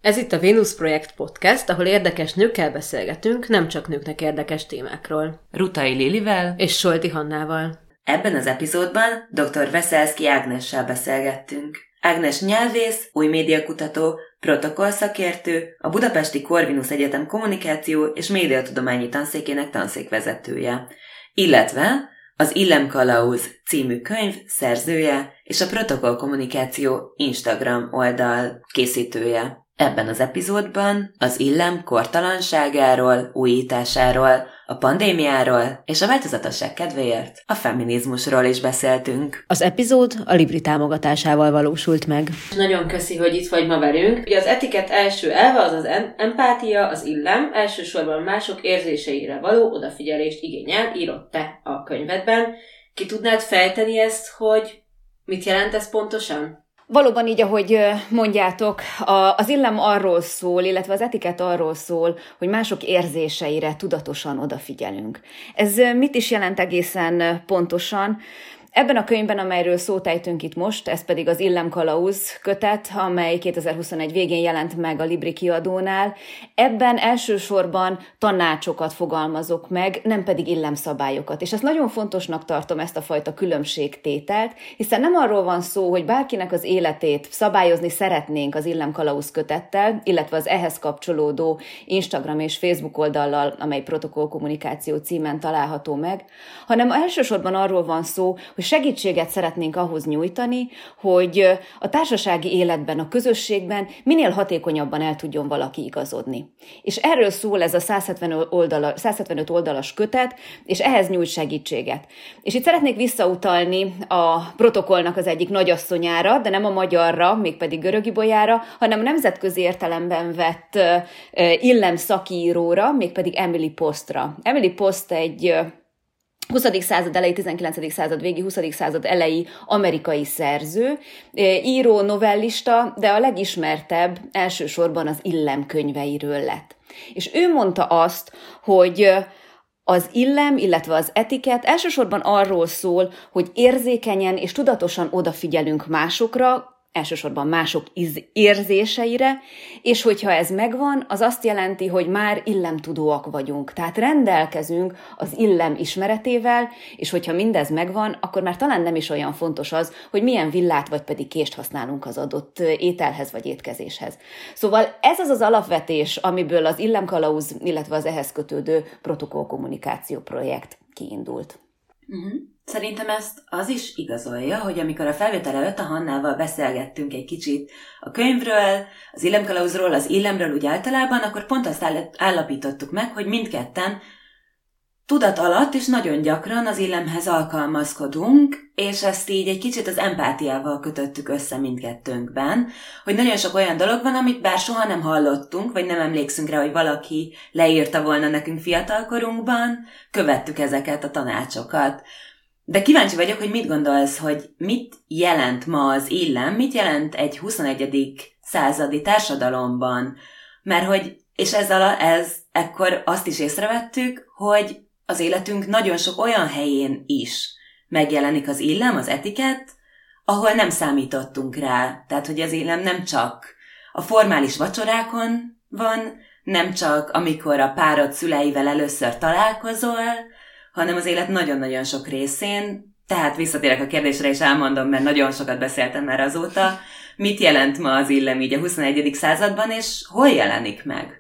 Ez itt a Vénusz Projekt Podcast, ahol érdekes nőkkel beszélgetünk, nem csak nőknek érdekes témákról. Rutai Lilivel és Solti Hannával. Ebben az epizódban dr. Veszelszky Ágnessel beszélgettünk. Ágnes nyelvész, új médiakutató, protokollszakértő, a Budapesti Corvinus Egyetem kommunikáció és médiatudományi tanszékének tanszékvezetője, illetve az Illemkalauz című könyv szerzője és a Protokoll Kommunikáció Instagram oldal készítője. Ebben az epizódban az illem kortalanságáról, újításáról, a pandémiáról és a változatosság kedvéért a feminizmusról is beszéltünk. Az epizód a Libri támogatásával valósult meg. Nagyon köszi, hogy itt vagy ma velünk. Ugye az etikett első elve az az empátia, az illem, elsősorban mások érzéseire való odafigyelést igényel, írott te a könyvedben. Ki tudnád fejteni ezt, hogy mit jelent ez pontosan? Valóban így, ahogy mondjátok, az illem arról szól, illetve az etikett arról szól, hogy mások érzéseire tudatosan odafigyelünk. Ez mit is jelent egészen pontosan? Ebben a könyvben, amelyről szót ejtünk itt most, ez pedig az Illemkalauz kötet, amely 2021 végén jelent meg a Libri kiadónál, ebben elsősorban tanácsokat fogalmazok meg, nem pedig illemszabályokat. És ezt nagyon fontosnak tartom, ezt a fajta különbségtételt, hiszen nem arról van szó, hogy bárkinek az életét szabályozni szeretnénk az Illemkalauz kötettel, illetve az ehhez kapcsolódó Instagram és Facebook oldallal, amely Protokoll Kommunikáció címen található meg, hanem elsősorban arról van szó, hogy segítséget szeretnénk ahhoz nyújtani, hogy a társasági életben, a közösségben minél hatékonyabban el tudjon valaki igazodni. És erről szól ez a 175 oldalas kötet, és ehhez nyújt segítséget. És itt szeretnék visszautalni a protokollnak az egyik nagyasszonyára, de nem a magyarra, mégpedig Görögibolyára, hanem a nemzetközi értelemben vett illem szakíróra, mégpedig Emily Postra. Emily Post egy 20. század elejé, 19. század végi, 20. század elejé amerikai szerző, író, novellista, de a legismertebb elsősorban az illem könyveiről lett. És ő mondta azt, hogy az illem, illetve az etikett elsősorban arról szól, hogy érzékenyen és tudatosan odafigyelünk másokra, elsősorban mások érzéseire, és hogyha ez megvan, az azt jelenti, hogy már illemtudóak vagyunk. Tehát rendelkezünk az illem ismeretével, és hogyha mindez megvan, akkor már talán nem is olyan fontos az, hogy milyen villát vagy pedig kést használunk az adott ételhez vagy étkezéshez. Szóval ez az az alapvetés, amiből az Illemkalauz, illetve az ehhez kötődő protokollkommunikáció projekt kiindult. Szerintem ezt az is igazolja, hogy amikor a felvétel előtt a Hannával beszélgettünk egy kicsit a könyvről, az Illemkalauzról, az illemről úgy általában, akkor pont azt állapítottuk meg, hogy mindketten tudat alatt és nagyon gyakran az illemhez alkalmazkodunk, és ezt így egy kicsit az empátiával kötöttük össze mindkettőnkben, hogy nagyon sok olyan dolog van, amit bár soha nem hallottunk, vagy nem emlékszünk rá, hogy valaki leírta volna nekünk fiatalkorunkban, követtük ezeket a tanácsokat. De kíváncsi vagyok, hogy mit gondolsz, hogy mit jelent ma az illem, mit jelent egy 21. századi társadalomban, mert hogy, és ekkor azt is észrevettük, hogy az életünk nagyon sok olyan helyén is megjelenik az illem, az etikett, ahol nem számítottunk rá. Tehát, hogy az illem nem csak a formális vacsorákon van, nem csak amikor a párod szüleivel először találkozol, hanem az élet nagyon-nagyon sok részén. Tehát visszatérek a kérdésre, és elmondom, mert nagyon sokat beszéltem már azóta. Mit jelent ma az illem így a 21. században, és hol jelenik meg?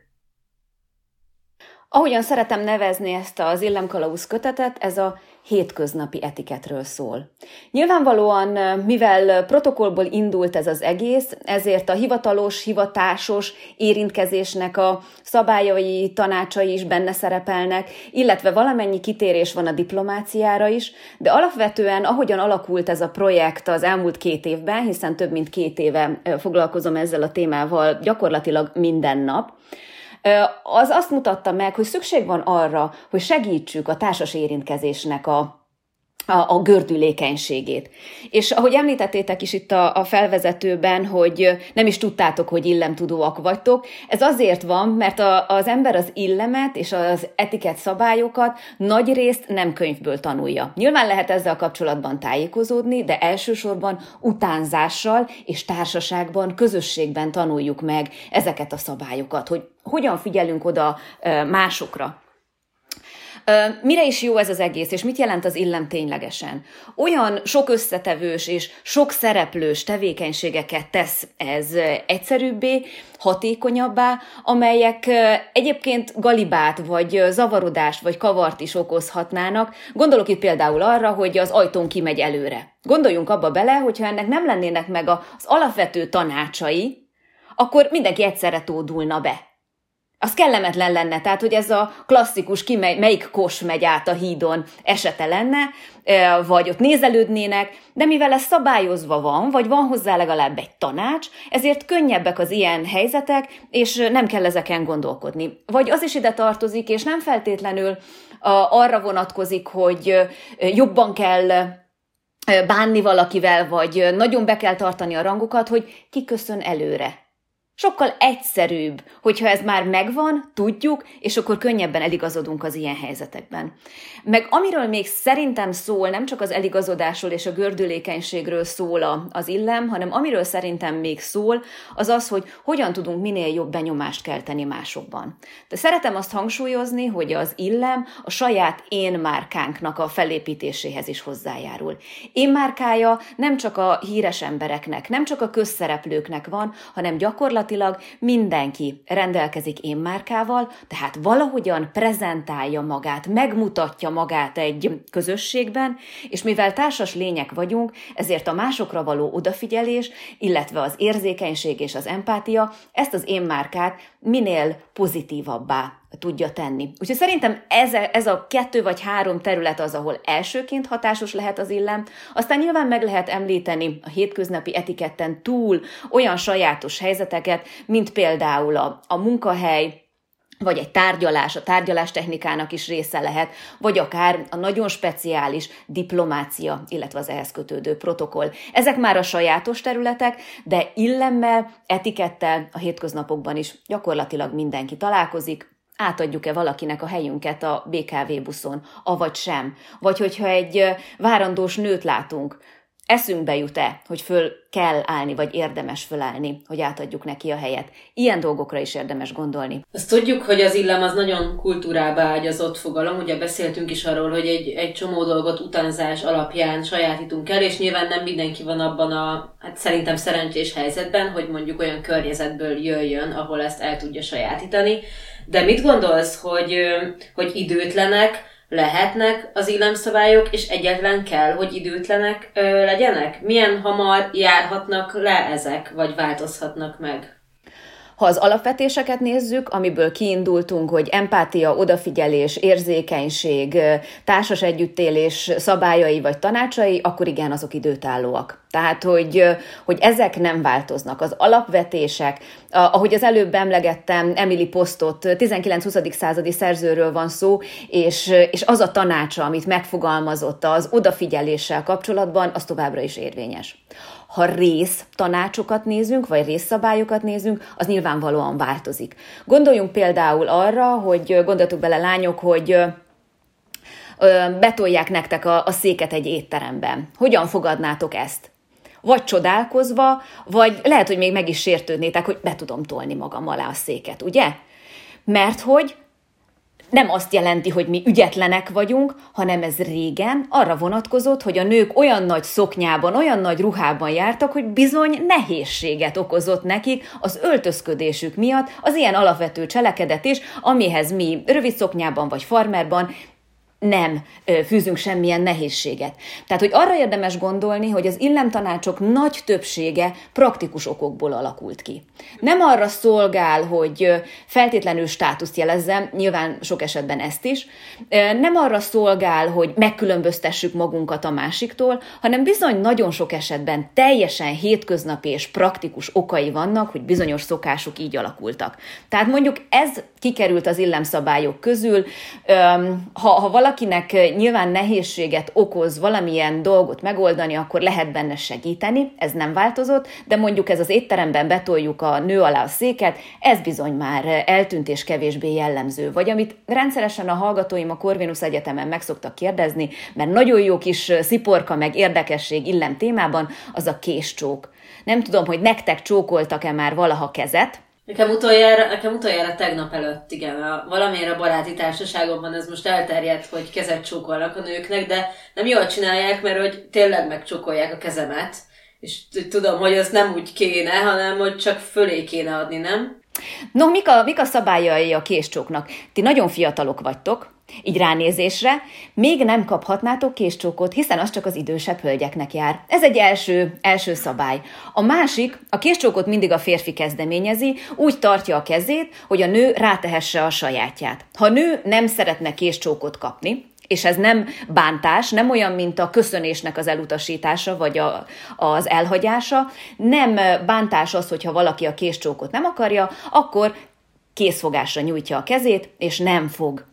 Ahogyan szeretem nevezni ezt az Illemkalauz kötetet, ez a hétköznapi etiketről szól. Nyilvánvalóan, mivel protokollból indult ez az egész, ezért a hivatalos, hivatásos érintkezésnek a szabályai, tanácsai is benne szerepelnek, illetve valamennyi kitérés van a diplomáciára is, de alapvetően, ahogyan alakult ez a projekt az elmúlt 2 évben, hiszen több mint 2 éve foglalkozom ezzel a témával gyakorlatilag minden nap, az azt mutatta meg, hogy szükség van arra, hogy segítsük a társas érintkezésnek a a gördülékenységét. És ahogy említettétek is itt a felvezetőben, hogy nem is tudtátok, hogy illemtudóak vagytok, ez azért van, mert az ember az illemet és az etikett szabályokat nagyrészt nem könyvből tanulja. Nyilván lehet ezzel kapcsolatban tájékozódni, de elsősorban utánzással és társaságban, közösségben tanuljuk meg ezeket a szabályokat, hogy hogyan figyelünk oda másokra. Mire is jó ez az egész, és mit jelent az illem ténylegesen? Olyan sok összetevős és sok szereplős tevékenységeket tesz ez egyszerűbbé, hatékonyabbá, amelyek egyébként galibát, vagy zavarodást, vagy kavart is okozhatnának. Gondolok itt például arra, hogy az ajtón kimegy előre. Gondoljunk abba bele, hogyha ennek nem lennének meg az alapvető tanácsai, akkor mindenki egyszerre tódulna be. Az kellemetlen lenne, tehát hogy ez a klasszikus melyik kos megy át a hídon esete lenne, vagy ott nézelődnének, de mivel ez szabályozva van, vagy van hozzá legalább egy tanács, ezért könnyebbek az ilyen helyzetek, és nem kell ezeken gondolkodni. Vagy az is ide tartozik, és nem feltétlenül arra vonatkozik, hogy jobban kell bánni valakivel, vagy nagyon be kell tartani a rangokat, hogy ki köszön előre. Sokkal egyszerűbb, hogyha ez már megvan, tudjuk, és akkor könnyebben eligazodunk az ilyen helyzetekben. Meg amiről még szerintem szól, nem csak az eligazodásról és a gördülékenységről szól az illem, hanem amiről szerintem még szól, az az, hogy hogyan tudunk minél jobb benyomást kelteni másokban. De szeretem azt hangsúlyozni, hogy az illem a saját én márkánknak a felépítéséhez is hozzájárul. Én márkája nem csak a híres embereknek, nem csak a közszereplőknek van, hanem gyakorlatilag mindenki rendelkezik én márkával, tehát valahogyan prezentálja magát, megmutatja magát egy közösségben, és mivel társas lények vagyunk, ezért a másokra való odafigyelés, illetve az érzékenység és az empátia ezt az én márkát minél pozitívabbá tudja tenni. Úgyhogy szerintem ez a 2 vagy 3 terület az, ahol elsőként hatásos lehet az illem, aztán nyilván meg lehet említeni a hétköznapi etiketten túl olyan sajátos helyzeteket, mint például a munkahely, vagy egy tárgyalás, a tárgyalástechnikának is része lehet, vagy akár a nagyon speciális diplomácia, illetve az ehhez kötődő protokoll. Ezek már a sajátos területek, de illemmel, etikettel a hétköznapokban is gyakorlatilag mindenki találkozik. Átadjuk-e valakinek a helyünket a BKV buszon, avagy sem? Vagy hogyha egy várandós nőt látunk, eszünkbe jut-e, hogy föl kell állni, vagy érdemes fölállni, hogy átadjuk neki a helyet? Ilyen dolgokra is érdemes gondolni. Azt tudjuk, hogy az illem az nagyon kultúrába ágyazott fogalom, ugye beszéltünk is arról, hogy egy csomó dolgot utánzás alapján sajátítunk el, és nyilván nem mindenki van abban hát szerintem szerencsés helyzetben, hogy mondjuk olyan környezetből jöjjön, ahol ezt el tudja sajátítani. De mit gondolsz, hogy időtlenek lehetnek az illemszabályok, és egyetlen kell, hogy időtlenek legyenek? Milyen hamar járhatnak le ezek, vagy változhatnak meg? Ha az alapvetéseket nézzük, amiből kiindultunk, hogy empátia, odafigyelés, érzékenység, társas együttélés szabályai vagy tanácsai, akkor igen, azok időtállóak. Tehát, hogy ezek nem változnak. Az alapvetések, ahogy az előbb emlegettem Emily Postot, 19-20. századi szerzőről van szó, és az a tanácsa, amit megfogalmazott az odafigyeléssel kapcsolatban, az továbbra is érvényes. Ha tanácsokat nézünk, vagy részszabályokat nézünk, az nyilvánvalóan változik. Gondoljunk például arra, hogy gondoltuk bele lányok, hogy betolják nektek a széket egy étteremben. Hogyan fogadnátok ezt? Vagy csodálkozva, vagy lehet, hogy még meg is sértődnétek, hogy be tudom tolni magam alá a széket, ugye? Mert hogy nem azt jelenti, hogy mi ügyetlenek vagyunk, hanem ez régen arra vonatkozott, hogy a nők olyan nagy szoknyában, olyan nagy ruhában jártak, hogy bizony nehézséget okozott nekik az öltözködésük miatt az ilyen alapvető cselekedet is, amihez mi rövid szoknyában vagy farmerban nem fűzünk semmilyen nehézséget. Tehát, hogy arra érdemes gondolni, hogy az illemtanácsok nagy többsége praktikus okokból alakult ki. Nem arra szolgál, hogy feltétlenül státuszt jelezzem, nyilván sok esetben ezt is, nem arra szolgál, hogy megkülönböztessük magunkat a másiktól, hanem bizony nagyon sok esetben teljesen hétköznapi és praktikus okai vannak, hogy bizonyos szokások így alakultak. Tehát mondjuk ez kikerült az illemszabályok közül, ha valaki valakinek nyilván nehézséget okoz valamilyen dolgot megoldani, akkor lehet benne segíteni, ez nem változott, de mondjuk ez az étteremben betoljuk a nő alá a széket, ez bizony már eltűnt és kevésbé jellemző. Vagy amit rendszeresen a hallgatóim a Corvinus Egyetemen meg szoktak kérdezni, mert nagyon jó kis sziporka meg érdekesség Illem témában, az a késcsók. Nem tudom, hogy nektek csókoltak-e már valaha kezet. Nekem utoljára tegnap előtt, igen, valamiért a baráti társaságomban ez most elterjedt, hogy kezet csókolnak a nőknek, de nem jól csinálják, mert hogy tényleg megcsókolják a kezemet, és tudom, hogy az nem úgy kéne, hanem hogy csak fölé kéne adni, nem? No, mik a szabályai a késcsóknak? Ti nagyon fiatalok vagytok, így ránézésre, még nem kaphatnátok késcsókot, hiszen az csak az idősebb hölgyeknek jár. Ez egy első szabály. A másik, a késcsókot mindig a férfi kezdeményezi, úgy tartja a kezét, hogy a nő rátehesse a sajátját. Ha a nő nem szeretne késcsókot kapni, és ez nem bántás, nem olyan, mint a köszönésnek az elutasítása, vagy az elhagyása, nem bántás az, hogyha valaki a késcsókot nem akarja, akkor készfogásra nyújtja a kezét, és nem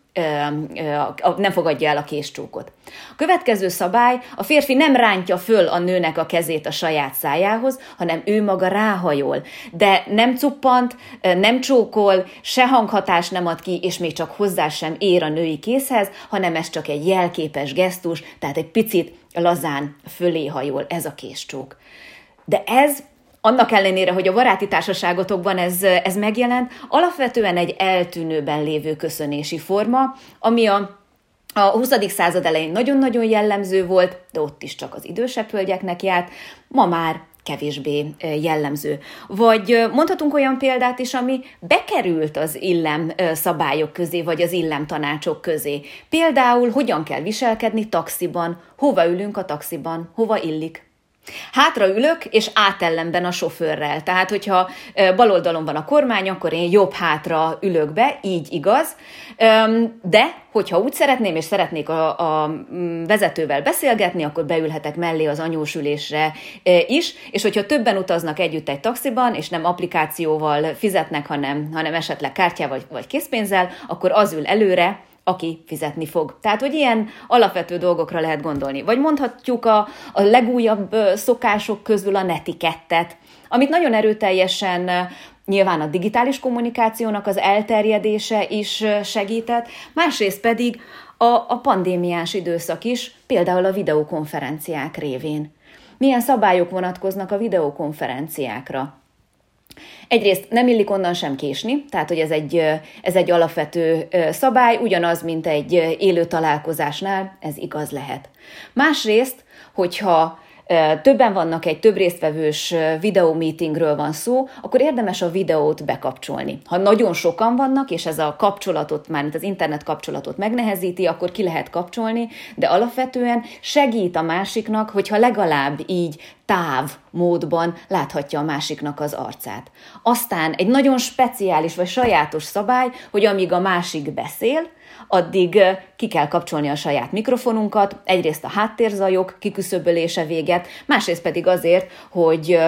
fogadja el a késcsókot. A következő szabály, a férfi nem rántja föl a nőnek a kezét a saját szájához, hanem ő maga ráhajol, de nem cuppant, nem csókol, se hanghatás nem ad ki, és még csak hozzá sem ér a női kézhez, hanem ez csak egy jelképes gesztus, tehát egy picit lazán fölé hajol, ez a késcsók. De ez annak ellenére, hogy a baráti társaságotokban ez megjelent, alapvetően egy eltűnőben lévő köszönési forma, ami a 20. század elején nagyon-nagyon jellemző volt, de ott is csak az idősebb hölgyeknek járt, ma már kevésbé jellemző. Vagy mondhatunk olyan példát is, ami bekerült az Illem szabályok közé, vagy az Illem tanácsok közé. Például, hogyan kell viselkedni taxiban, hova ülünk a taxiban, hova illik. Hátra ülök, és átellenben a sofőrrel. Tehát, hogyha bal oldalon van a kormány, akkor én jobb hátra ülök be, így igaz. De, hogyha úgy szeretném, és szeretnék a vezetővel beszélgetni, akkor beülhetek mellé az anyós ülésre is, és hogyha többen utaznak együtt egy taxiban, és nem applikációval fizetnek, hanem esetleg kártyával vagy készpénzzel, akkor az ül előre, aki fizetni fog. Tehát, hogy ilyen alapvető dolgokra lehet gondolni. Vagy mondhatjuk a legújabb szokások közül a netikettet, amit nagyon erőteljesen nyilván a digitális kommunikációnak az elterjedése is segített, másrészt pedig a pandémiás időszak is, például a videokonferenciák révén. Milyen szabályok vonatkoznak a videokonferenciákra? Egyrészt nem illik onnan sem késni, tehát hogy ez egy alapvető szabály, ugyanaz, mint egy élő találkozásnál, ez igaz lehet. Másrészt, hogyha többen vannak, egy több résztvevős videómeetingről van szó, akkor érdemes a videót bekapcsolni. Ha nagyon sokan vannak, és ez a kapcsolatot, mármint az internet kapcsolatot megnehezíti, akkor ki lehet kapcsolni, de alapvetően segít a másiknak, hogyha legalább így távmódban láthatja a másiknak az arcát. Aztán egy nagyon speciális vagy sajátos szabály, hogy amíg a másik beszél, addig ki kell kapcsolni a saját mikrofonunkat, egyrészt a háttérzajok kiküszöbölése véget, másrészt pedig azért, hogy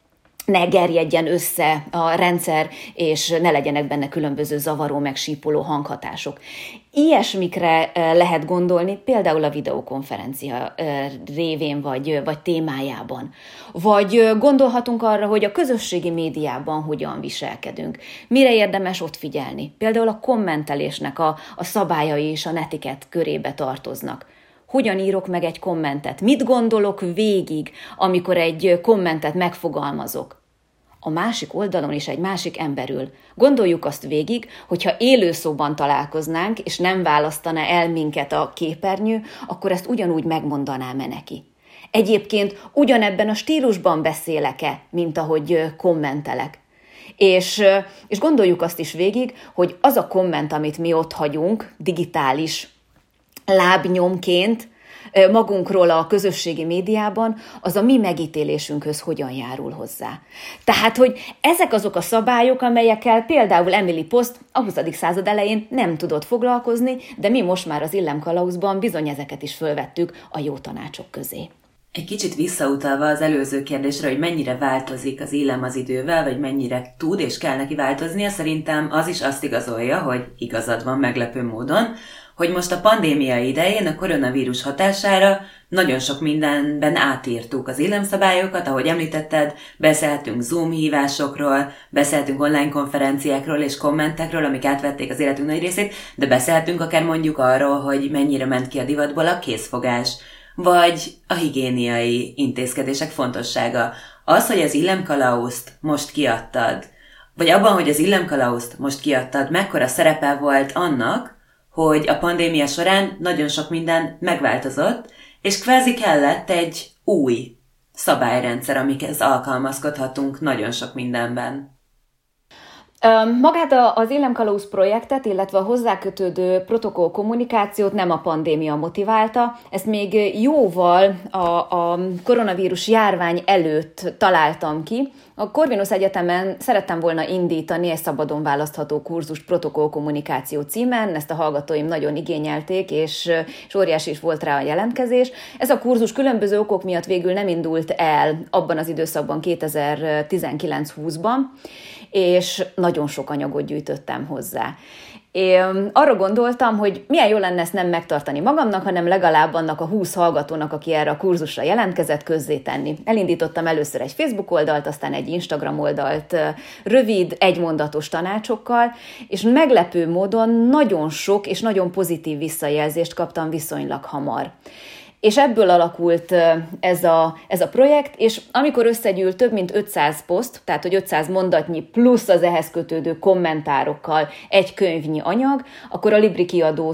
ne gerjedjen össze a rendszer, és ne legyenek benne különböző zavaró, meg sípoló hanghatások. Ilyesmikre lehet gondolni, például a videokonferencia révén vagy témájában. Vagy gondolhatunk arra, hogy a közösségi médiában hogyan viselkedünk. Mire érdemes ott figyelni? Például a kommentelésnek a szabályai és a netiket körébe tartoznak. Hogyan írok meg egy kommentet? Mit gondolok végig, amikor egy kommentet megfogalmazok? A másik oldalon is egy másik ember ül. Gondoljuk azt végig, hogyha élőszóban találkoznánk, és nem választaná el minket a képernyő, akkor ezt ugyanúgy megmondanám-e neki. Egyébként ugyanebben a stílusban beszélek-e, mint ahogy kommentelek. És gondoljuk azt is végig, hogy az a komment, amit mi ott hagyunk, digitális lábnyomként, magunkról a közösségi médiában, az a mi megítélésünkhöz hogyan járul hozzá. Tehát, hogy ezek azok a szabályok, amelyekkel például Emily Post a 20. század elején nem tudott foglalkozni, de mi most már az Illem Kalauzban bizony ezeket is fölvettük a jó tanácsok közé. Egy kicsit visszautalva az előző kérdésre, hogy mennyire változik az Illem az idővel, vagy mennyire tud és kell neki változnia, szerintem az is azt igazolja, hogy igazad van meglepő módon, hogy most a pandémia idején a koronavírus hatására nagyon sok mindenben átírtuk az illemszabályokat, ahogy említetted, beszélhetünk Zoom hívásokról, beszélhetünk online konferenciákról és kommentekről, amik átvették az életünk nagy részét, de beszélhetünk akár mondjuk arról, hogy mennyire ment ki a divatból a készfogás, vagy a higiéniai intézkedések fontossága. Az, hogy az illemkalauzt most kiadtad, vagy abban, hogy az illemkalauzt most kiadtad, mekkora szerepe volt annak, hogy a pandémia során nagyon sok minden megváltozott, és kvázi kellett egy új szabályrendszer, amikhez alkalmazkodhatunk nagyon sok mindenben. Magát az Illemkalauz projektet, illetve a hozzákötődő protokoll kommunikációt nem a pandémia motiválta, ezt még jóval a koronavírus járvány előtt találtam ki. A Corvinus Egyetemen szerettem volna indítani egy szabadon választható kurzust protokoll kommunikáció címen, ezt a hallgatóim nagyon igényelték, és óriási is volt rá a jelentkezés. Ez a kurzus különböző okok miatt végül nem indult el abban az időszakban, 2019-20-ban, és nagyon sok anyagot gyűjtöttem hozzá. Én arra gondoltam, hogy milyen jó lenne ezt nem megtartani magamnak, hanem legalább annak a 20 hallgatónak, aki erre a kurzusra jelentkezett, közzétenni. Elindítottam először egy Facebook oldalt, aztán egy Instagram oldalt rövid, egymondatos tanácsokkal, és meglepő módon nagyon sok és nagyon pozitív visszajelzést kaptam viszonylag hamar. És ebből alakult ez a projekt, és amikor összegyűlt több mint 500 poszt, tehát hogy 500 mondatnyi plusz az ehhez kötődő kommentárokkal egy könyvnyi anyag, akkor a Libri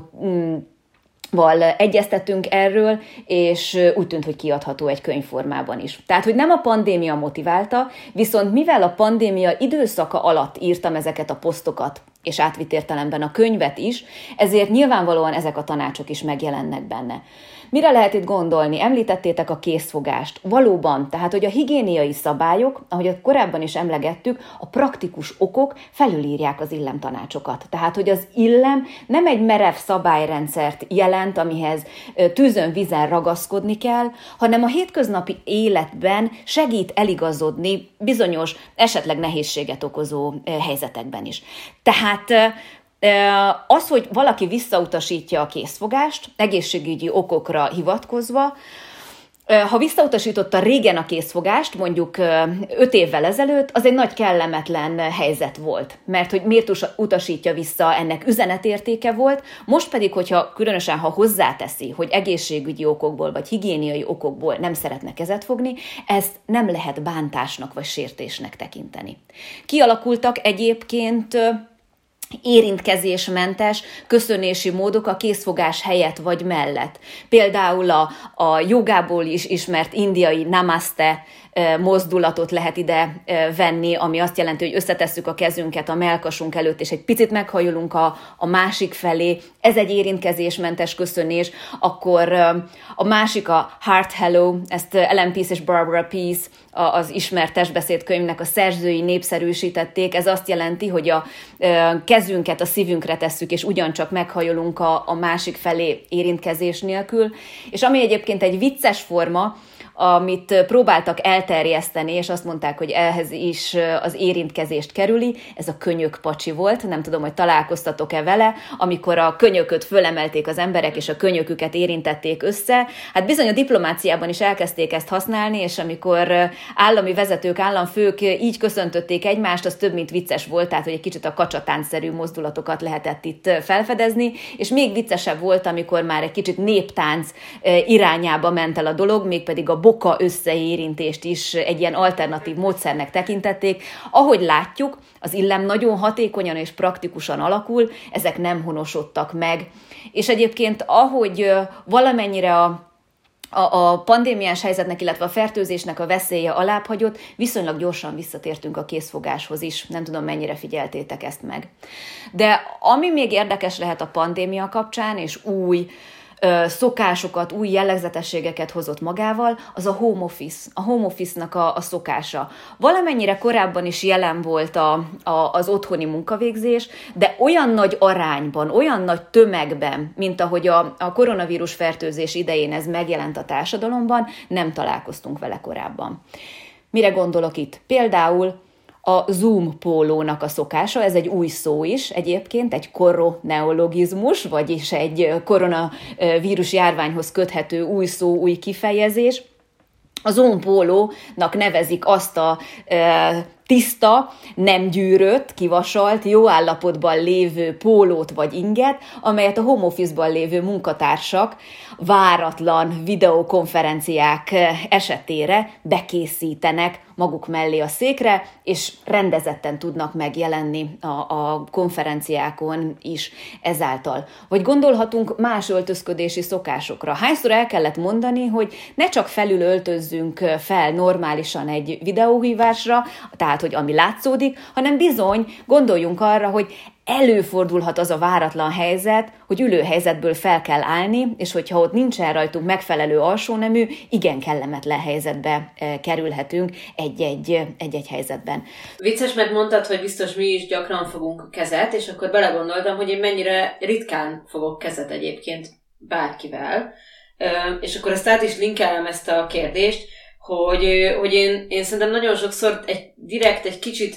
kiadóval egyeztettünk erről, és úgy tűnt, hogy kiadható egy könyvformában is. Tehát, hogy nem a pandémia motiválta, viszont mivel a pandémia időszaka alatt írtam ezeket a posztokat, és átvitt értelemben a könyvet is, ezért nyilvánvalóan ezek a tanácsok is megjelennek benne. Mire lehet itt gondolni? Említettétek a készfogást. Valóban, tehát, hogy a higiéniai szabályok, ahogy korábban is emlegettük, a praktikus okok felülírják az illemtanácsokat. Tehát, hogy az illem nem egy merev szabályrendszert jelent, amihez tűzön vízen ragaszkodni kell, hanem a hétköznapi életben segít eligazodni bizonyos, esetleg nehézséget okozó helyzetekben is. Tehát az, hogy valaki visszautasítja a készfogást, egészségügyi okokra hivatkozva, ha visszautasította régen a készfogást, mondjuk 5 évvel ezelőtt, az egy nagy kellemetlen helyzet volt. Mert hogy miért utasítja vissza, ennek üzenetértéke volt, most pedig, különösen ha hozzáteszi, hogy egészségügyi okokból vagy higiéniai okokból nem szeretne kezet fogni, ezt nem lehet bántásnak vagy sértésnek tekinteni. Kialakultak egyébként érintkezésmentes köszönési módok a készfogás helyett vagy mellett. Például a jogából is ismert indiai namaste mozdulatot lehet ide venni, ami azt jelenti, hogy összetesszük a kezünket a mellkasunk előtt, és egy picit meghajolunk a másik felé. Ez egy érintkezésmentes köszönés. Akkor a másik a Heart Hello, ezt Ellen Peace és Barbara Peace, az ismert testbeszédkönyvnek a szerzői népszerűsítették. Ez azt jelenti, hogy a kezünket a szívünkre tesszük, és ugyancsak meghajolunk a másik felé érintkezés nélkül. És ami egyébként egy vicces forma, amit próbáltak elterjeszteni, és azt mondták, hogy ehhez is az érintkezést kerüli, ez a könyökpacsi volt, nem tudom, hogy találkoztatok-e vele, amikor a könyököt fölemelték az emberek, és a könyöküket érintették össze. Hát bizony a diplomáciában is elkezdték ezt használni, és amikor állami vezetők, államfők így köszöntötték egymást, az több mint vicces volt, tehát hogy egy kicsit a kacsatáncszerű mozdulatokat lehetett itt felfedezni, és még viccesebb volt, amikor már egy kicsit néptánc irányába ment el a dolog, mégpedig a boka összeérintést is egy ilyen alternatív módszernek tekintették. Ahogy látjuk, az illem nagyon hatékonyan és praktikusan alakul, ezek nem honosodtak meg. És egyébként ahogy valamennyire a pandémiás helyzetnek, illetve a fertőzésnek a veszélye alább hagyott, viszonylag gyorsan visszatértünk a készfogáshoz is. Nem tudom, mennyire figyeltétek ezt meg. De ami még érdekes lehet a pandémia kapcsán, és új szokásokat, új jellegzetességeket hozott magával, az a home office. A home office-nak a szokása. Valamennyire korábban is jelen volt az otthoni munkavégzés, de olyan nagy arányban, olyan nagy tömegben, mint ahogy a koronavírus fertőzés idején ez megjelent a társadalomban, nem találkoztunk vele korábban. Mire gondolok itt? Például a Zoom pólónak a szokása. Ez egy új szó is egyébként, egy koroneologizmus, vagyis egy koronavírus járványhoz köthető új szó, új kifejezés. A Zoom pólónak nevezik azt a tiszta, nem gyűrött, kivasalt, jó állapotban lévő pólót vagy inget, amelyet a home office-ban lévő munkatársak váratlan videokonferenciák esetére bekészítenek maguk mellé a székre, és rendezetten tudnak megjelenni a konferenciákon is ezáltal. Vagy gondolhatunk más öltözködési szokásokra. Hányszor el kellett mondani, hogy ne csak felül öltözzünk fel normálisan egy videóhívásra, tehát hogy ami látszódik, hanem bizony gondoljunk arra, hogy előfordulhat az a váratlan helyzet, hogy ülőhelyzetből fel kell állni, és hogyha ott nincsen rajtunk megfelelő alsónemű, igen kellemetlen helyzetbe kerülhetünk egy-egy helyzetben. Vicces, mert mondtad, hogy biztos mi is gyakran fogunk kezet, és akkor belegondoltam, hogy én mennyire ritkán fogok kezet egyébként bárkivel, és akkor azt át is linkelem ezt a kérdést, hogy én szerintem nagyon sokszor egy kicsit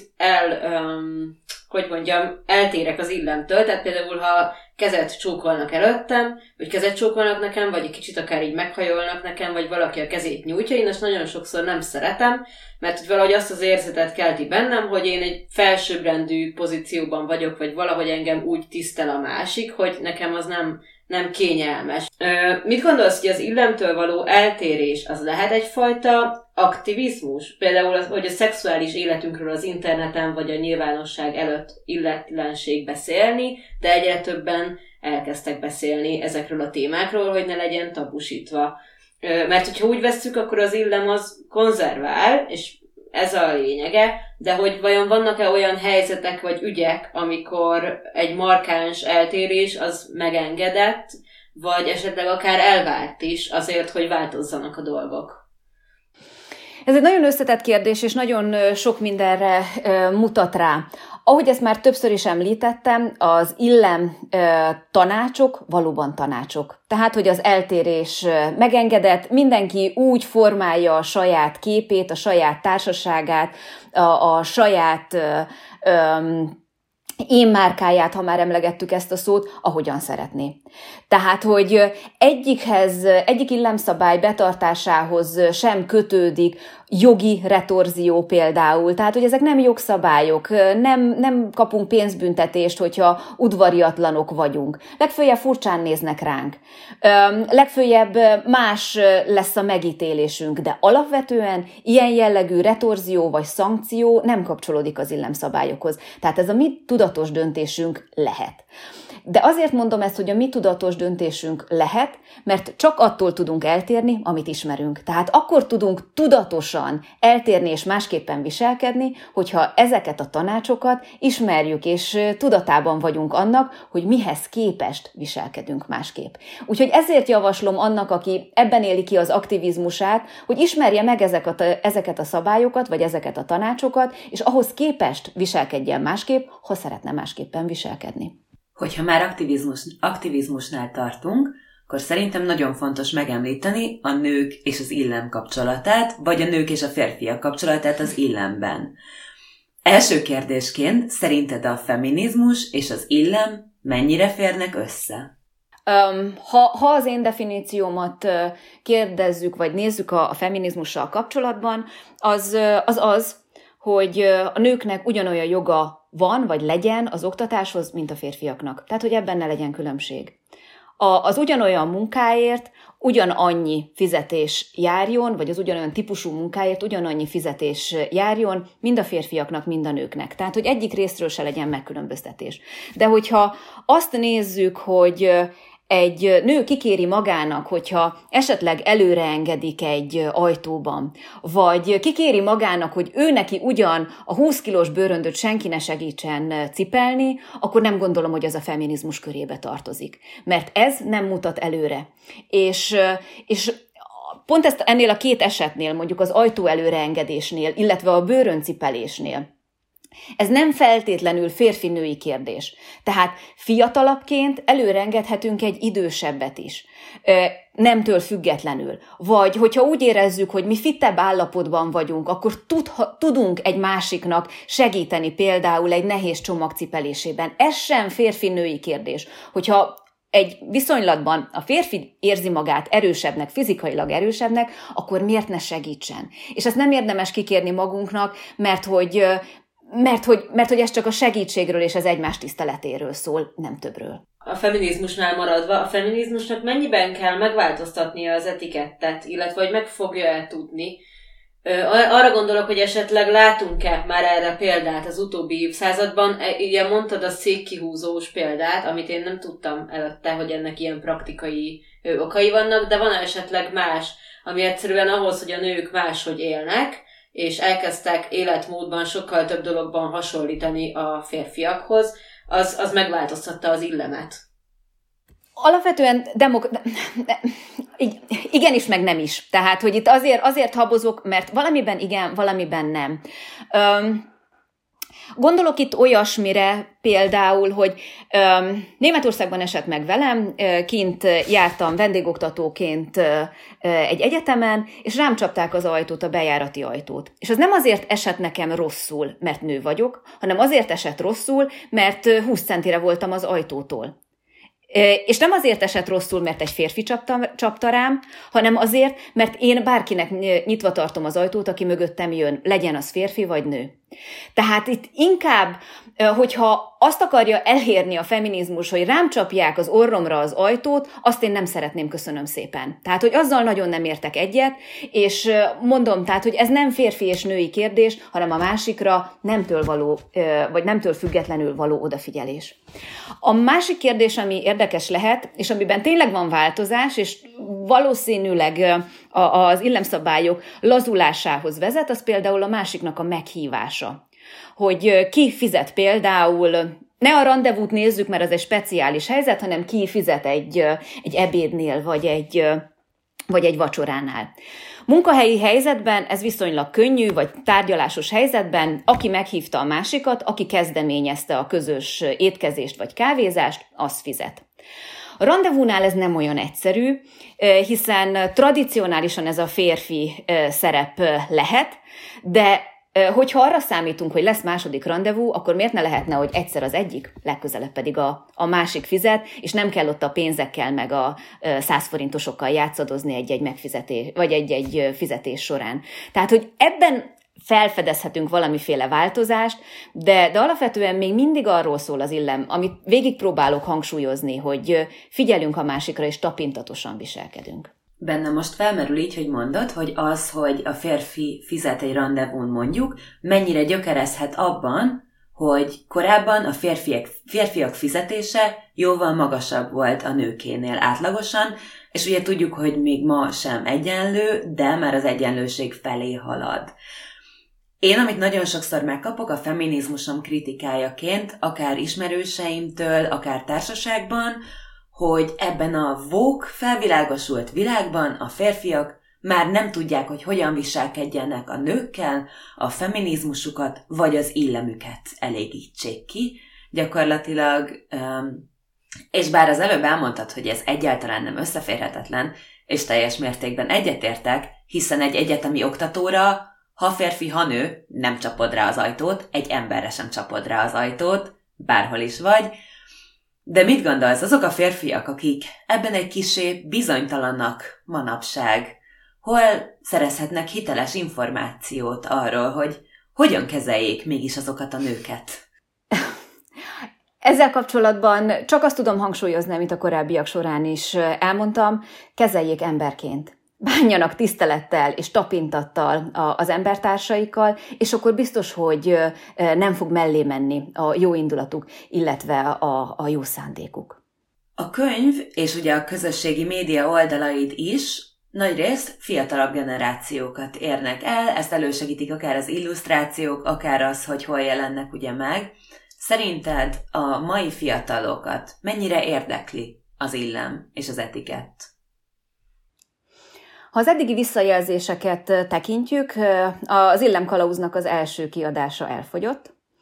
eltérek az illemtől, tehát például ha kezet csókolnak előttem, vagy kezet csókolnak nekem, vagy egy kicsit akár így meghajolnak nekem, vagy valaki a kezét nyújtja, én azt nagyon sokszor nem szeretem, mert hogy valahogy azt az érzetet kelti bennem, hogy én egy felsőbbrendű pozícióban vagyok, vagy valahogy engem úgy tisztel a másik, hogy nekem az nem kényelmes. Mit gondolsz, hogy az illemtől való eltérés az lehet egyfajta aktivizmus? Például, hogy a szexuális életünkről az interneten vagy a nyilvánosság előtt illetlenség beszélni, de egyre többen elkezdtek beszélni ezekről a témákról, hogy ne legyen tabusítva. Mert hogyha úgy vesszük, akkor az illem az konzervál, és ez a lényege, de hogy vajon vannak-e olyan helyzetek vagy ügyek, amikor egy markáns eltérés az megengedett, vagy esetleg akár elvárt is azért, hogy változzanak a dolgok? Ez egy nagyon összetett kérdés, és nagyon sok mindenre mutat rá. Ahogy ezt már többször is említettem, az illem tanácsok valóban tanácsok. Tehát, hogy az eltérés megengedett, mindenki úgy formálja a saját képét, a saját társaságát, a saját én márkáját, ha már emlegettük ezt a szót, ahogyan szeretné. Tehát, hogy egyik illemszabály betartásához sem kötődik jogi retorzió például. Tehát, hogy ezek nem jogszabályok, nem kapunk pénzbüntetést, hogyha udvariatlanok vagyunk. Legföljebb furcsán néznek ránk. Legföljebb más lesz a megítélésünk, de alapvetően ilyen jellegű retorzió vagy szankció nem kapcsolódik az illemszabályokhoz. Tehát ez a mi tudatos döntésünk lehet. De azért mondom ezt, hogy a mi tudatos döntésünk lehet, mert csak attól tudunk eltérni, amit ismerünk. Tehát akkor tudunk tudatosan eltérni és másképpen viselkedni, hogyha ezeket a tanácsokat ismerjük, és tudatában vagyunk annak, hogy mihez képest viselkedünk másképp. Úgyhogy ezért javaslom annak, aki ebben éli ki az aktivizmusát, hogy ismerje meg ezeket a szabályokat, vagy ezeket a tanácsokat, és ahhoz képest viselkedjen másképp, ha szeretne másképpen viselkedni. Hogyha már aktivizmusnál tartunk, akkor szerintem nagyon fontos megemlíteni a nők és az illem kapcsolatát, vagy a nők és a férfiak kapcsolatát az illemben. Első kérdésként, szerinted a feminizmus és az illem mennyire férnek össze? Ha az én definíciómat kérdezzük, vagy nézzük a feminizmussal kapcsolatban, az, hogy a nőknek ugyanolyan joga van, vagy legyen az oktatáshoz, mint a férfiaknak. Tehát, hogy ebben ne legyen különbség. Az ugyanolyan munkáért ugyanannyi fizetés járjon, vagy az ugyanolyan típusú munkáért ugyanannyi fizetés járjon, mind a férfiaknak, mind a nőknek. Tehát, hogy egyik részről se legyen megkülönböztetés. De hogyha azt nézzük, hogy egy nő kikéri magának, hogyha esetleg előreengedik egy ajtóban, vagy kikéri magának, hogy ő neki ugyan a 20 kilós bőröndöt senki ne segítsen cipelni, akkor nem gondolom, hogy az a feminizmus körébe tartozik. Mert ez nem mutat előre. És pont ezt ennél a két esetnél, mondjuk az ajtó előreengedésnél, illetve a bőröncipelésnél, Ez nem feltétlenül férfi-női kérdés. Tehát fiatalabbként előre engedhetünk egy idősebbet is, nemtől függetlenül. Vagy hogyha úgy érezzük, hogy mi fittebb állapotban vagyunk, akkor tudunk egy másiknak segíteni például egy nehéz csomag cipelésében. Ez sem férfi-női kérdés. Hogyha egy viszonylatban a férfi érzi magát erősebbnek, fizikailag erősebbnek, akkor miért ne segítsen? És ezt nem érdemes kikérni magunknak, mert hogy ez csak a segítségről és az egymás tiszteletéről szól, nem többről. A feminizmusnál maradva, a feminizmusnak mennyiben kell megváltoztatnia az etikettet, illetve hogy meg fogja-e tudni? Arra gondolok, hogy esetleg látunk-e már erre példát az utóbbi évszázadban. Ugye mondtad a székkihúzós példát, amit én nem tudtam előtte, hogy ennek ilyen praktikai okai vannak, de van esetleg más, ami egyszerűen ahhoz, hogy a nők máshogy élnek, és elkezdtek életmódban sokkal több dologban hasonlítani a férfiakhoz, az megváltoztatta az illemet. Alapvetően igenis, meg nem is. Tehát, hogy itt azért habozok, mert valamiben igen, valamiben nem. Gondolok itt olyasmire például, hogy Németországban esett meg velem, kint jártam vendégoktatóként egy egyetemen, és rám csapták az ajtót, a bejárati ajtót. És az nem azért esett nekem rosszul, mert nő vagyok, hanem azért esett rosszul, mert 20 centire voltam az ajtótól. És nem azért esett rosszul, mert egy férfi csapta rám, hanem azért, mert én bárkinek nyitva tartom az ajtót, aki mögöttem jön, legyen az férfi vagy nő. Tehát itt inkább, hogyha azt akarja elérni a feminizmus, hogy rám csapják az orromra az ajtót, azt én nem szeretném, köszönöm szépen. Tehát, hogy azzal nagyon nem értek egyet, és mondom, tehát, hogy ez nem férfi és női kérdés, hanem a másikra nemtől függetlenül való odafigyelés. A másik kérdés, ami érdekes lehet, és amiben tényleg van változás, és valószínűleg az illemszabályok lazulásához vezet, az például a másiknak a meghívása. Hogy ki fizet például, ne a randevút nézzük, mert az egy speciális helyzet, hanem ki fizet egy ebédnél, vagy egy vacsoránál. Munkahelyi helyzetben ez viszonylag könnyű, vagy tárgyalásos helyzetben, aki meghívta a másikat, aki kezdeményezte a közös étkezést vagy kávézást, az fizet. A randevúnál ez nem olyan egyszerű, hiszen tradicionálisan ez a férfi szerep lehet, de hogyha arra számítunk, hogy lesz második randevú, akkor miért ne lehetne, hogy egyszer az egyik, legközelebb pedig a másik fizet, és nem kell ott a pénzekkel meg a 100 forintosokkal játszadozni egy-egy megfizetés, vagy egy fizetés során. Tehát, hogy ebben felfedezhetünk valamiféle változást, de alapvetően még mindig arról szól az illem, amit végig próbálok hangsúlyozni, hogy figyelünk a másikra, és tapintatosan viselkedünk. Bennem most felmerül így, hogy mondod, hogy az, hogy a férfi fizet egy randevún mondjuk, mennyire gyökerezhet abban, hogy korábban a férfiak fizetése jóval magasabb volt a nőkénél átlagosan, és ugye tudjuk, hogy még ma sem egyenlő, de már az egyenlőség felé halad. Én, amit nagyon sokszor megkapok a feminizmusom kritikájaként, akár ismerőseimtől, akár társaságban, hogy ebben a woke felvilágosult világban a férfiak már nem tudják, hogy hogyan viselkedjenek a nőkkel, a feminizmusukat vagy az illemüket elégítsék ki. Gyakorlatilag, és bár az előbb elmondtad, hogy ez egyáltalán nem összeférhetetlen, és teljes mértékben egyetértek, hiszen egy egyetemi oktatóra, ha férfi, ha nő, nem csapod rá az ajtót, egy emberre sem csapod rá az ajtót, bárhol is vagy. De mit gondolsz, azok a férfiak, akik ebben egy kissé bizonytalannak manapság, hol szerezhetnek hiteles információt arról, hogy hogyan kezeljék mégis azokat a nőket? Ezzel kapcsolatban csak azt tudom hangsúlyozni, amit a korábbiak során is elmondtam, kezeljék emberként. Bánjanak tisztelettel és tapintattal az embertársaikkal, és akkor biztos, hogy nem fog mellé menni a jó indulatuk, illetve a jó szándékuk. A könyv és ugye a közösségi média oldalaid is nagyrészt fiatalabb generációkat érnek el, ezt elősegítik akár az illusztrációk, akár az, hogy hol jelennek ugye meg. Szerinted a mai fiatalokat mennyire érdekli az illem és az etikett? Ha az eddigi visszajelzéseket tekintjük, az Illemkalauznak az első kiadása elfogyott,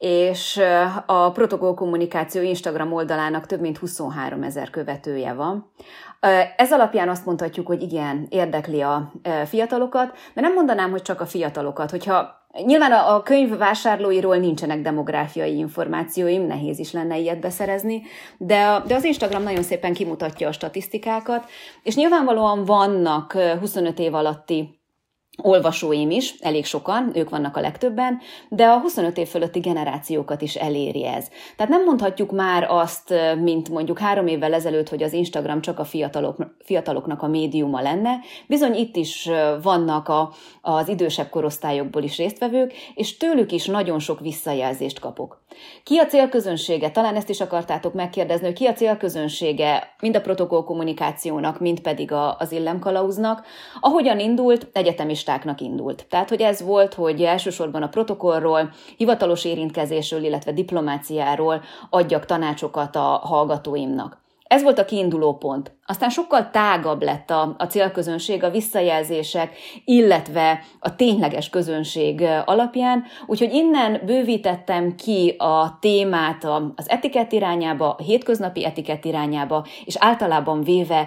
és a Protokoll Kommunikáció Instagram oldalának több mint 23 000 követője van. Ez alapján azt mondhatjuk, hogy igen, érdekli a fiatalokat, de nem mondanám, hogy csak a fiatalokat. Nyilván a könyv vásárlóiról nincsenek demográfiai információim, nehéz is lenne ilyet beszerezni, de az Instagram nagyon szépen kimutatja a statisztikákat, és nyilvánvalóan vannak 25 év alatti olvasóim is, elég sokan, ők vannak a legtöbben, de a 25 év fölötti generációkat is eléri ez. Tehát nem mondhatjuk már azt, mint mondjuk 3 évvel ezelőtt, hogy az Instagram csak a fiataloknak a médiuma lenne. Bizony itt is vannak az idősebb korosztályokból is résztvevők, és tőlük is nagyon sok visszajelzést kapok. Ki a célközönsége? Talán ezt is akartátok megkérdezni, hogy ki a célközönsége mind a Protokoll Kommunikációnak, mind pedig az Illemkalauznak. Ahogyan indult, egyetemistáknak indult. Tehát, hogy ez volt, hogy elsősorban a protokollról, hivatalos érintkezésről, illetve diplomáciáról adjak tanácsokat a hallgatóimnak. Ez volt a kiinduló pont. Aztán sokkal tágabb lett a célközönség, a visszajelzések, illetve a tényleges közönség alapján, úgyhogy innen bővítettem ki a témát az etikett irányába, a hétköznapi etikett irányába, és általában véve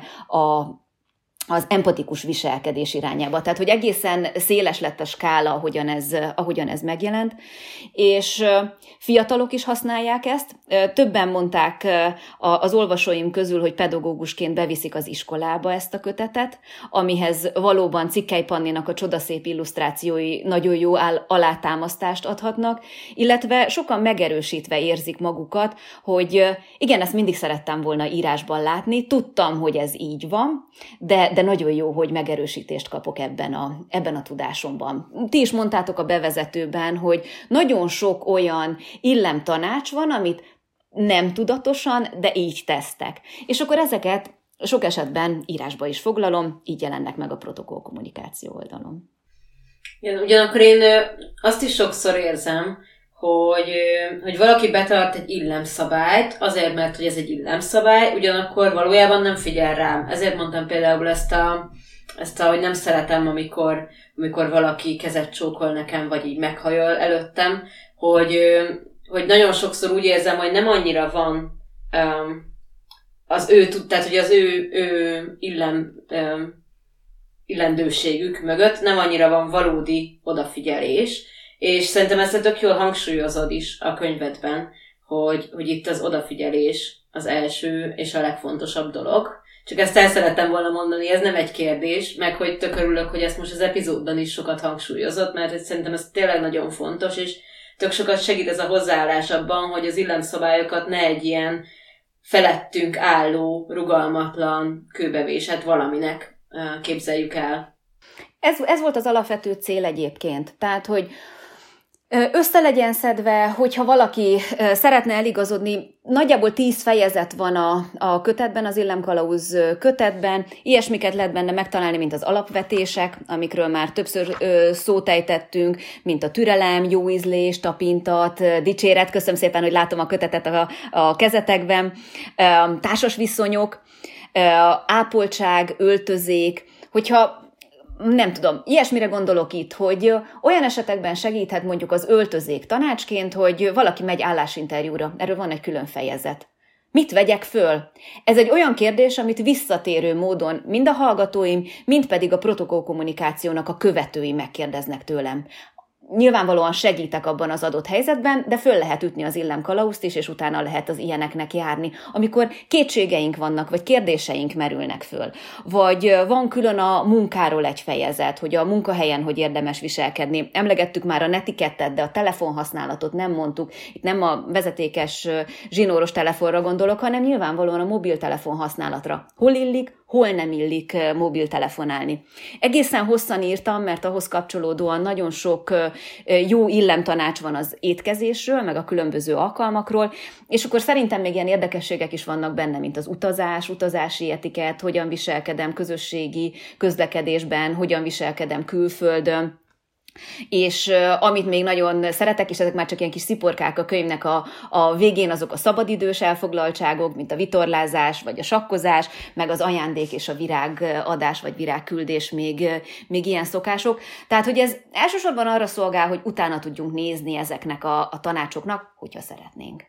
az empatikus viselkedés irányába. Tehát, hogy egészen széles lett a skála, ahogyan ez megjelent, és fiatalok is használják ezt. Többen mondták az olvasóim közül, hogy pedagógusként beviszik az iskolába ezt a kötetet, amihez valóban Cikkely Panninak a csodaszép illusztrációi nagyon jó alátámasztást adhatnak, illetve sokan megerősítve érzik magukat, hogy igen, ezt mindig szerettem volna írásban látni, tudtam, hogy ez így van, de nagyon jó, hogy megerősítést kapok ebben a tudásomban. Ti is mondtátok a bevezetőben, hogy nagyon sok olyan illemtanács van, amit nem tudatosan, de így tesztek. És akkor ezeket sok esetben írásba is foglalom, így jelennek meg a Protokoll Kommunikáció oldalon. Igen, ugyanakkor én azt is sokszor érzem, hogy valaki betart egy illemszabályt, azért, mert hogy ez egy illemszabály, ugyanakkor valójában nem figyel rám. Ezért mondtam például ezt hogy nem szeretem, amikor valaki kezet csókol nekem, vagy így meghajol előttem, hogy nagyon sokszor úgy érzem, hogy nem annyira van tehát hogy az ő illendőségük mögött nem annyira van valódi odafigyelés, és szerintem ezt tök jól hangsúlyozod is a könyvedben, hogy itt az odafigyelés az első és a legfontosabb dolog. Csak ezt el szerettem volna mondani, ez nem egy kérdés, meg hogy tök örülök, hogy ezt most az epizódban is sokat hangsúlyozott, mert szerintem ez tényleg nagyon fontos, és tök sokat segít ez a hozzáállás abban, hogy az illemszabályokat ne egy ilyen felettünk álló, rugalmatlan, kőbevésett valaminek képzeljük el. Ez volt az alapvető cél egyébként. Tehát, hogy össze legyen szedve, hogyha valaki szeretne eligazodni, nagyjából 10 fejezet van a kötetben, az Illemkalauz kötetben, ilyesmiket lehet benne megtalálni, mint az alapvetések, amikről már többször szót ejtettünk, mint a türelem, jó ízlés, tapintat, dicséret, köszönöm szépen, hogy látom a kötetet a kezetekben, társas viszonyok, ápoltság, öltözék, hogyha nem tudom, ilyesmire gondolok itt, hogy olyan esetekben segíthet mondjuk az öltözék tanácsként, hogy valaki megy állásinterjúra, erről van egy külön fejezet. Mit vegyek föl? Ez egy olyan kérdés, amit visszatérő módon mind a hallgatóim, mind pedig a Protokoll Kommunikációnak a követői megkérdeznek tőlem. Nyilvánvalóan segítek abban az adott helyzetben, de föl lehet ütni az illemkalauzt is, és utána lehet az ilyeneknek járni, amikor kétségeink vannak, vagy kérdéseink merülnek föl. Vagy van külön a munkáról egy fejezet, hogy a munkahelyen hogy érdemes viselkedni. Emlegettük már a netikettet, de a telefonhasználatot nem mondtuk. Itt nem a vezetékes zsinóros telefonra gondolok, hanem nyilvánvalóan a mobiltelefon használatra. Hol illik, hol nem illik mobiltelefonálni. Egészen hosszan írtam, mert ahhoz kapcsolódóan nagyon sok jó illemtanács van az étkezésről, meg a különböző alkalmakról, és akkor szerintem még ilyen érdekességek is vannak benne, mint az utazás, utazási etikett, hogyan viselkedem közösségi közlekedésben, hogyan viselkedem külföldön, És amit még nagyon szeretek, és ezek már csak ilyen kis sziporkák a könyvnek a végén, azok a szabadidős elfoglaltságok, mint a vitorlázás, vagy a sakkozás, meg az ajándék és a virágadás, vagy virágküldés még ilyen szokások. Tehát, hogy ez elsősorban arra szolgál, hogy utána tudjunk nézni ezeknek a tanácsoknak, hogyha szeretnénk.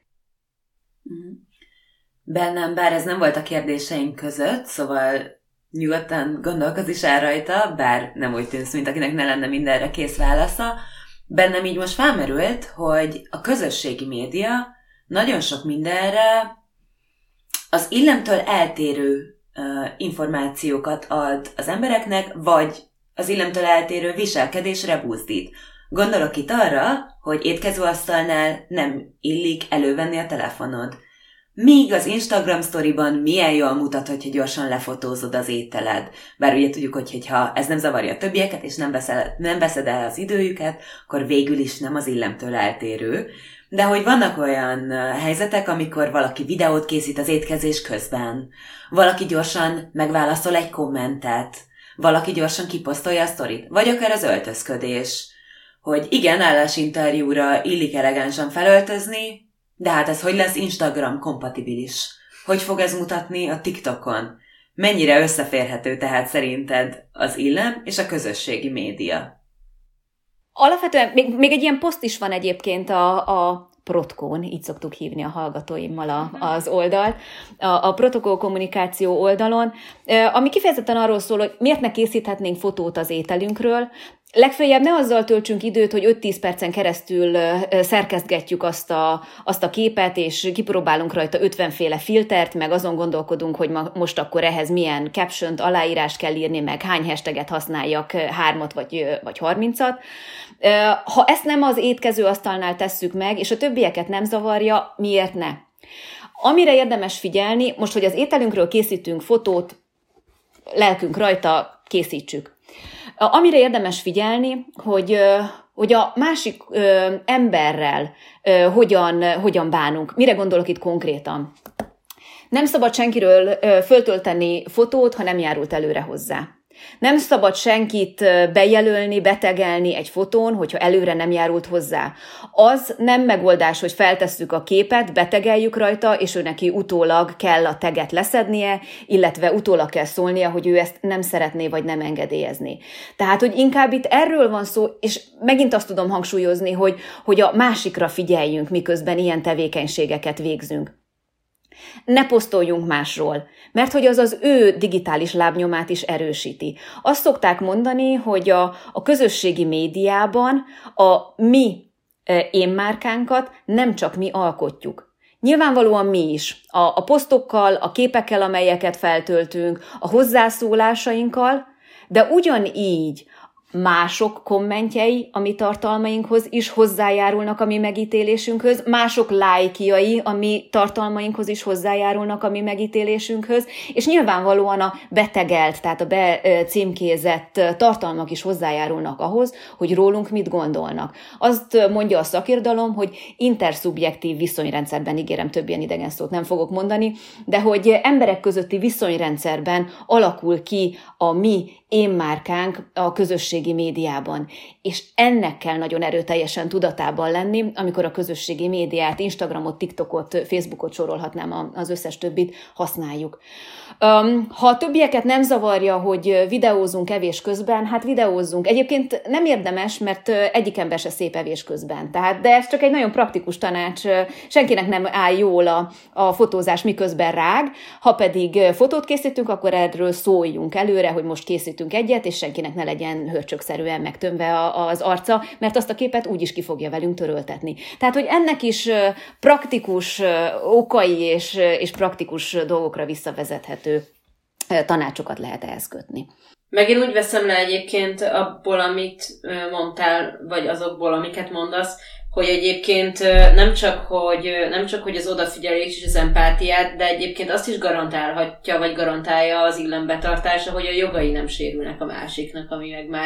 Bennem, bár ez nem volt a kérdéseink között, szóval nyugodtan gondolkozz is el rajta, bár nem úgy tűnsz, mint akinek ne lenne mindenre kész válasza. Bennem így most felmerült, hogy a közösségi média nagyon sok mindenre az illemtől eltérő információkat ad az embereknek, vagy az illemtől eltérő viselkedésre buzdít. Gondolok itt arra, hogy étkezőasztalnál nem illik elővenni a telefonod. Míg az Instagram sztoriban milyen jól mutat, hogyha gyorsan lefotózod az ételed. Bár ugye tudjuk, hogy ha ez nem zavarja a többieket, és nem veszed el az időjüket, akkor végül is nem az illemtől eltérő. De hogy vannak olyan helyzetek, amikor valaki videót készít az étkezés közben, valaki gyorsan megválaszol egy kommentet, valaki gyorsan kiposztolja a sztorit, vagy akár az öltözködés. Hogy igen, állásinterjúra illik elegánsan felöltözni, de hát ez hogy lesz Instagram kompatibilis? Hogy fog ez mutatni a TikTokon? Mennyire összeférhető tehát szerinted az illem és a közösségi média? Alapvetően még egy ilyen poszt is van egyébként a Protkón, így szoktuk hívni a hallgatóimmal az oldalt, a protokoll kommunikáció oldalon, ami kifejezetten arról szól, hogy miért ne készíthetnénk fotót az ételünkről. Legfeljebb ne azzal töltsünk időt, hogy 5-10 percen keresztül szerkesztgetjük azt a képet, és kipróbálunk rajta 50 féle filtert, meg azon gondolkodunk, hogy most akkor ehhez milyen caption-t, aláírást kell írni, meg hány hashtaget használjak, 3 vagy 30-at. Ha ezt nem az étkezőasztalnál tesszük meg, és a többieket nem zavarja, miért ne? Amire érdemes figyelni, most, hogy az ételünkről készítünk fotót, lelkünk rajta, készítsük. Amire érdemes figyelni, hogy a másik emberrel hogyan bánunk. Mire gondolok itt konkrétan? Nem szabad senkiről föltölteni fotót, ha nem járult előre hozzá. Nem szabad senkit bejelölni, betegelni egy fotón, hogyha előre nem járult hozzá. Az nem megoldás, hogy feltesszük a képet, betegeljük rajta, és ő neki utólag kell a teget leszednie, illetve utólag kell szólnia, hogy ő ezt nem szeretné, vagy nem engedélyezni. Tehát, hogy inkább itt erről van szó, és megint azt tudom hangsúlyozni, hogy a másikra figyeljünk, miközben ilyen tevékenységeket végzünk. Ne posztoljunk másról, mert hogy az az ő digitális lábnyomát is erősíti. Azt szokták mondani, hogy a közösségi médiában a mi énmárkánkat nem csak mi alkotjuk. Nyilvánvalóan mi is. A posztokkal, a képekkel, amelyeket feltöltünk, a hozzászólásainkkal, de ugyanígy mások kommentjei a mi tartalmainkhoz is hozzájárulnak a mi megítélésünkhöz, mások lájkjai a mi tartalmainkhoz is hozzájárulnak a mi megítélésünkhöz, és nyilvánvalóan a betegelt, tehát a becímkézett tartalmak is hozzájárulnak ahhoz, hogy rólunk mit gondolnak. Azt mondja a szakirodalom, hogy interszubjektív viszonyrendszerben, ígérem, több ilyen idegen szót nem fogok mondani, de hogy emberek közötti viszonyrendszerben alakul ki a mi énmárkánk a közösségi médiában. És ennek kell nagyon erőteljesen tudatában lenni, amikor a közösségi médiát, Instagramot, TikTokot, Facebookot sorolhatnám, az összes többit használjuk. Ha a többieket nem zavarja, hogy videózunk evés közben, hát videózzunk. Egyébként nem érdemes, mert egyik ember se szép evés közben. De ez csak egy nagyon praktikus tanács. Senkinek nem áll jól a fotózás, miközben rág. Ha pedig fotót készítünk, akkor erről szóljunk előre, hogy most készítünk egyet, és senkinek ne legyen hörcsökszerűen megtömve az arca, mert azt a képet úgyis ki fogja velünk töröltetni. Tehát, hogy ennek is praktikus okai és praktikus dolgokra visszavezethető tanácsokat lehet ehhez kötni. Meg én úgy veszem le egyébként abból, amit mondtál, vagy azokból, amiket mondasz, hogy egyébként nem csak, hogy az odafigyelés és az empátiát, de egyébként azt is garantálhatja, vagy garantálja az illembetartása, hogy a jogai nem sérülnek a másiknak, ami meg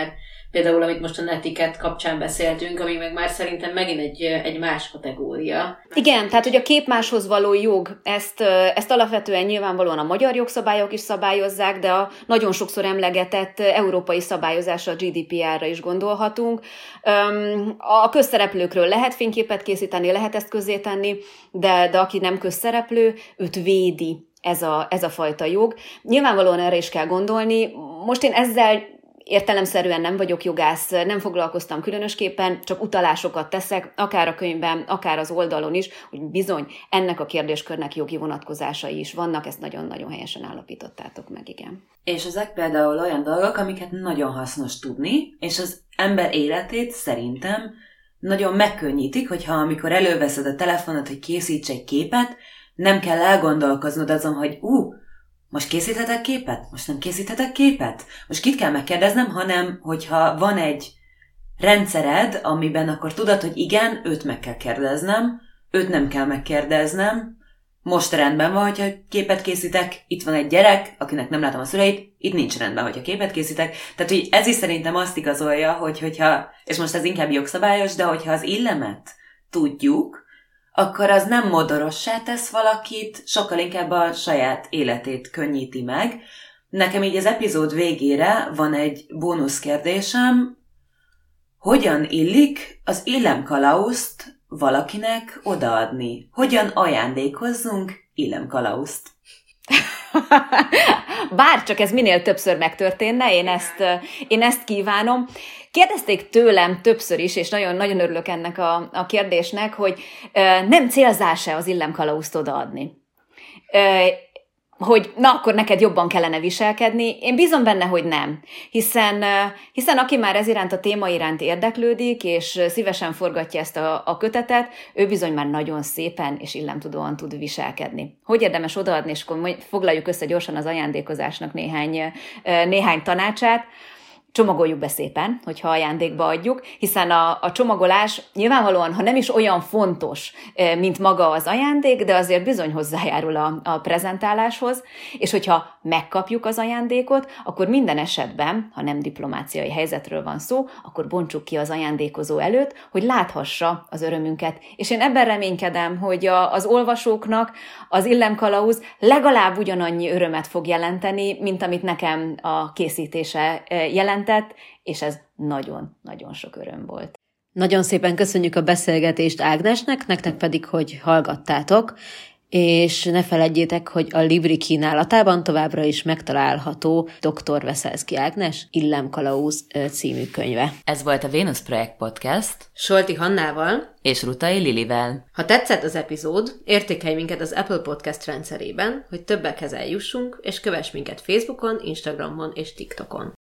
Például, amit most a etikett kapcsán beszéltünk, ami meg már szerintem megint egy más kategória. Igen, tehát hogy a képmáshoz való jog, ezt alapvetően nyilvánvalóan a magyar jogszabályok is szabályozzák, de a nagyon sokszor emlegetett európai szabályozásra, a GDPR-ra is gondolhatunk. A közszereplőkről lehet fényképet készíteni, lehet ezt közzétenni, de aki nem közszereplő, őt védi ez a fajta jog. Nyilvánvalóan erre is kell gondolni. Most én ezzel értelemszerűen nem vagyok jogász, nem foglalkoztam különösképpen, csak utalásokat teszek, akár a könyvben, akár az oldalon is, hogy bizony ennek a kérdéskörnek jogi vonatkozásai is vannak, ezt nagyon-nagyon helyesen állapítottátok meg, igen. És ezek például olyan dolgok, amiket nagyon hasznos tudni, és az ember életét szerintem nagyon megkönnyítik, hogyha amikor előveszed a telefonot, hogy készíts egy képet, nem kell elgondolkoznod azon, hogy most készíthetek képet? Most nem készíthetek képet? Most kit kell megkérdeznem, hanem hogyha van egy rendszered, amiben akkor tudod, hogy igen, őt meg kell kérdeznem, őt nem kell megkérdeznem, most rendben van, hogyha képet készítek, itt van egy gyerek, akinek nem látom a szüleit, itt nincs rendben, hogyha képet készítek. Tehát, hogy ez is szerintem azt igazolja, hogyha, és most ez inkább jogszabályos, de hogyha az illemet tudjuk, akkor az nem modorossá tesz valakit, sokkal inkább a saját életét könnyíti meg. Nekem így az epizód végére van egy bónuszkérdésem, hogyan illik az illemkalauzt valakinek odaadni? Hogyan ajándékozzunk illemkalauzt? Bárcsak ez minél többször megtörténne, én ezt kívánom. Kérdezték tőlem többször is, és nagyon-nagyon örülök ennek a kérdésnek, hogy nem célzás-e az illemkalauzt odaadni. Hogy na, akkor neked jobban kellene viselkedni. Én bízom benne, hogy nem. Hiszen aki már ez iránt a téma iránt érdeklődik, és szívesen forgatja ezt a kötetet, ő bizony már nagyon szépen és illemtudóan tud viselkedni. Hogy érdemes odaadni, és akkor foglaljuk össze gyorsan az ajándékozásnak néhány tanácsát. Csomagoljuk be szépen, hogyha ajándékba adjuk, hiszen a csomagolás nyilvánvalóan, ha nem is olyan fontos, mint maga az ajándék, de azért bizony hozzájárul a prezentáláshoz, és hogyha megkapjuk az ajándékot, akkor minden esetben, ha nem diplomáciai helyzetről van szó, akkor bontsuk ki az ajándékozó előtt, hogy láthassa az örömünket. És én ebben reménykedem, hogy az olvasóknak az illemkalauz legalább ugyanannyi örömet fog jelenteni, mint amit nekem a készítése jelentett, és ez nagyon-nagyon sok öröm volt. Nagyon szépen köszönjük a beszélgetést Ágnesnek, nektek pedig, hogy hallgattátok, és ne feledjétek, hogy a Libri kínálatában továbbra is megtalálható Dr. Veszelszky Ágnes Illemkalauz című könyve. Ez volt a Vénusz Projekt Podcast Solti Hannával és Rutai Lilivel. Ha tetszett az epizód, értékelj minket az Apple Podcast rendszerében, hogy többekhez eljussunk, és kövess minket Facebookon, Instagramon és TikTokon.